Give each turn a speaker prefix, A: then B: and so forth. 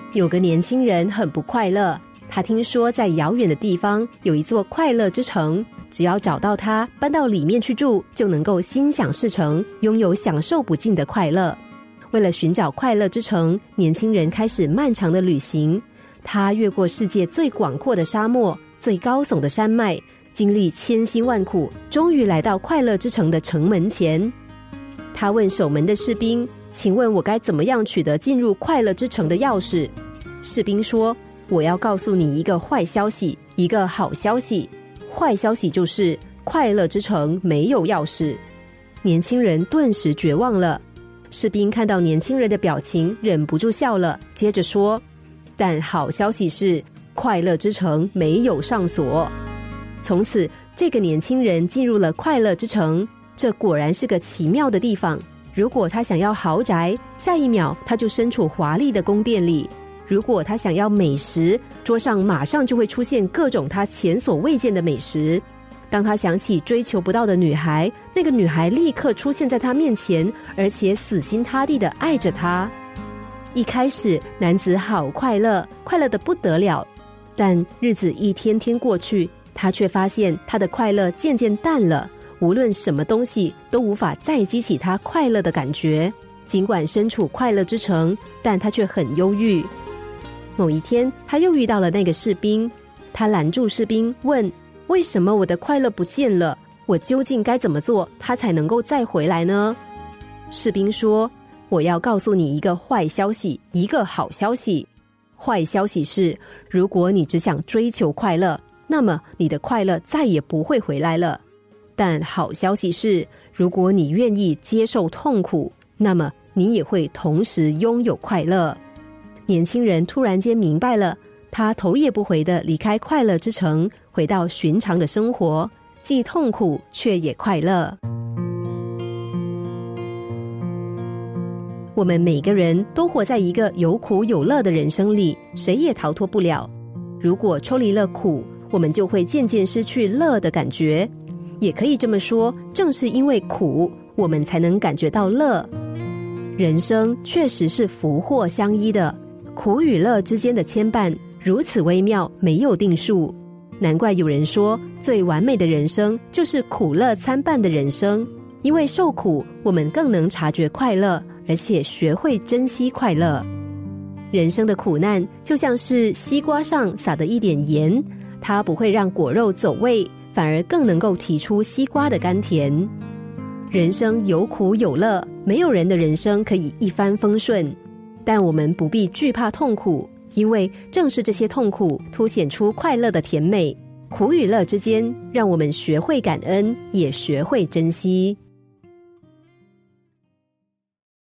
A: 有个年轻人很不快乐，他听说在遥远的地方有一座快乐之城，只要找到它，搬到里面去住，就能够心想事成，拥有享受不尽的快乐。为了寻找快乐之城，年轻人开始漫长的旅行。他越过世界最广阔的沙漠，最高耸的山脉，经历千辛万苦，终于来到快乐之城的城门前。他问守门的士兵，请问我该怎么样取得进入快乐之城的钥匙？士兵说，我要告诉你一个坏消息，一个好消息。坏消息就是快乐之城没有钥匙。年轻人顿时绝望了。士兵看到年轻人的表情，忍不住笑了，接着说，但好消息是快乐之城没有上锁。从此这个年轻人进入了快乐之城，这果然是个奇妙的地方。如果他想要豪宅，下一秒他就身处华丽的宫殿里；如果他想要美食，桌上马上就会出现各种他前所未见的美食。当他想起追求不到的女孩，那个女孩立刻出现在他面前，而且死心塌地地爱着他。一开始男子好快乐，快乐得不得了，但日子一天天过去，他却发现他的快乐渐渐淡了，无论什么东西都无法再激起他快乐的感觉。尽管身处快乐之城，但他却很忧郁。某一天，他又遇到了那个士兵，他拦住士兵问，为什么我的快乐不见了？我究竟该怎么做，他才能够再回来呢？士兵说，我要告诉你一个坏消息，一个好消息。坏消息是，如果你只想追求快乐，那么你的快乐再也不会回来了。但好消息是，如果你愿意接受痛苦，那么你也会同时拥有快乐。年轻人突然间明白了，他头也不回地离开快乐之城，回到寻常的生活，既痛苦却也快乐。我们每个人都活在一个有苦有乐的人生里，谁也逃脱不了。如果抽离了苦，我们就会渐渐失去乐的感觉。也可以这么说，正是因为苦，我们才能感觉到乐。人生确实是福祸相依的，苦与乐之间的牵绊如此微妙，没有定数。难怪有人说，最完美的人生就是苦乐参半的人生。因为受苦，我们更能察觉快乐，而且学会珍惜快乐。人生的苦难就像是西瓜上撒的一点盐，它不会让果肉走味，反而更能够提出西瓜的甘甜。人生有苦有乐，没有人的人生可以一帆风顺，但我们不必惧怕痛苦，因为正是这些痛苦凸显出快乐的甜美。苦与乐之间，让我们学会感恩，也学会珍惜。